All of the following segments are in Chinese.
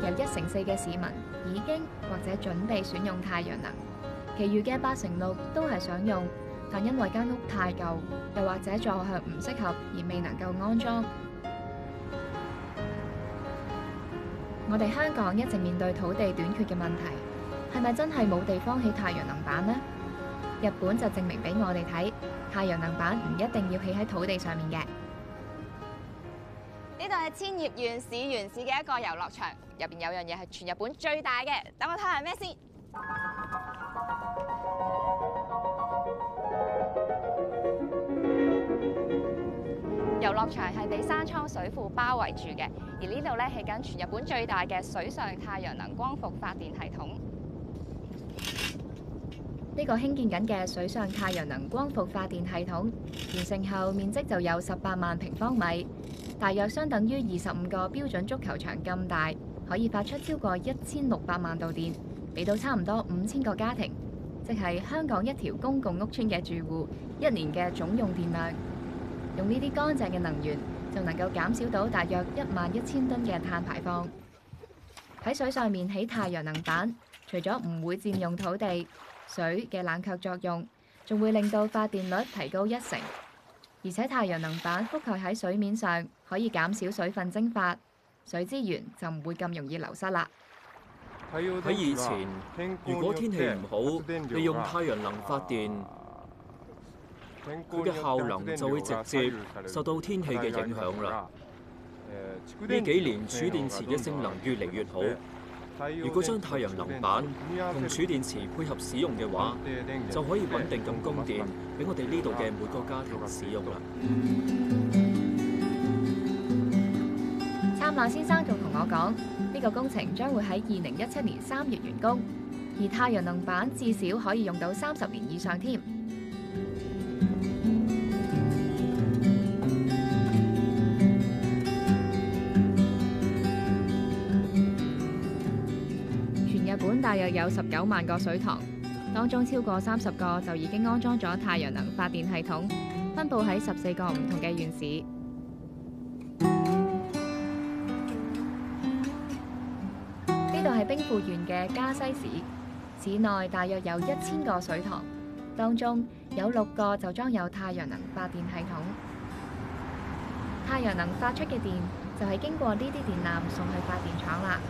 有1/4嘅市民已經或者準備選用太陽能，其餘嘅86%都係想用，但因為間屋太舊，又或者坐向唔適合而未能夠安裝。我哋香港一直面對土地短缺嘅問題，係咪真係冇地方起太陽能板呢？日本就證明俾我哋睇，太陽能板唔一定要起喺土地上面嘅。 呢度係千葉縣市原市嘅一個遊樂場，入邊有樣嘢係全日本最大嘅，等我睇下係咩先。遊樂場係被山倉水庫包圍住嘅，而呢度咧起緊全日本最大嘅水上太陽能光伏發電系統。 呢個興建緊嘅水上太陽能光伏發電系統完成後，面積就有18萬平方米，大約相等於25個標準足球場咁大，可以發出超過1600萬度電，俾到差唔多5000個家庭，即係香港一條公共屋邨嘅住戶1年嘅總用電量。用呢啲乾淨嘅能源，就能夠減少到大約11000噸嘅碳排放。喺水上面起太陽能板，除咗唔會佔用土地、水嘅冷卻作用，仲會令到發電率提高1成。而且太陽能板覆蓋喺水面上，可以減少水分蒸發，水資源就唔會咁容易流失啦。 喺以前，如果天氣唔好，利用太陽能發電，佢嘅效能就會直接受到天氣嘅影響啦。呢幾年儲電池嘅性能越嚟越好，如果將太陽能板同儲電池配合使用嘅話，就可以穩定咁供電俾我哋呢度嘅每個家庭使用啦。 參浪先生仲同我講，呢個工程將會喺2017年3月完工，而太陽能板至少可以用到30年以上添。日本大約有19萬個水塘，當中超過30個就已經安裝咗太陽能發電系統，分佈喺14個唔同嘅縣市。呢度係兵庫縣嘅加西市，市內大約有1000個水塘，當中有6個就裝有太陽能發電系統。太陽能發出嘅電就係經過呢啲電纜送去發電廠啦。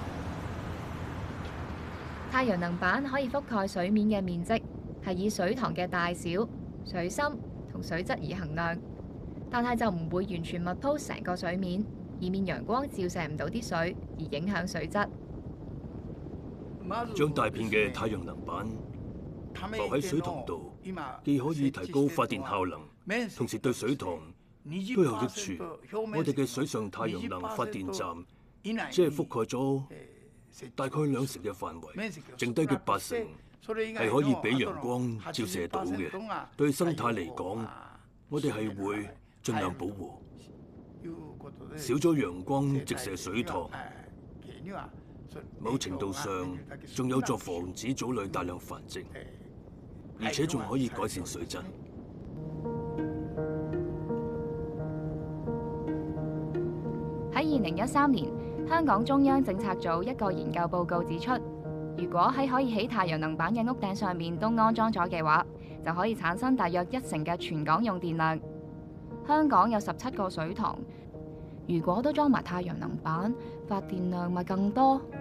太陽能板可以覆蓋水面嘅面積，係以水塘嘅大小、水深同水質而衡量，但係就唔會完全密鋪成個水面，以免陽光照射唔到啲水而影響水質。 將大片嘅太陽能板浮喺水塘度，既可以提高發電效能，同時對水塘都有益處。我哋嘅水上太陽能發電站只係覆蓋咗大概2成嘅範圍，剩低嘅8成係可以俾陽光照射到嘅。對生態嚟講，我哋係會盡量保護。少咗陽光直射水塘，某程度上仲有助防止藻類大量繁殖，而且仲可以改善水質。 喺2013年，香港中央政策組一個研究報告指出，如果喺可以起太陽能板嘅屋頂上面都安裝咗嘅話，就可以產生大約1成嘅全港用電量。香港有17個水塘，如果都裝埋太陽能板，發電量咪更多。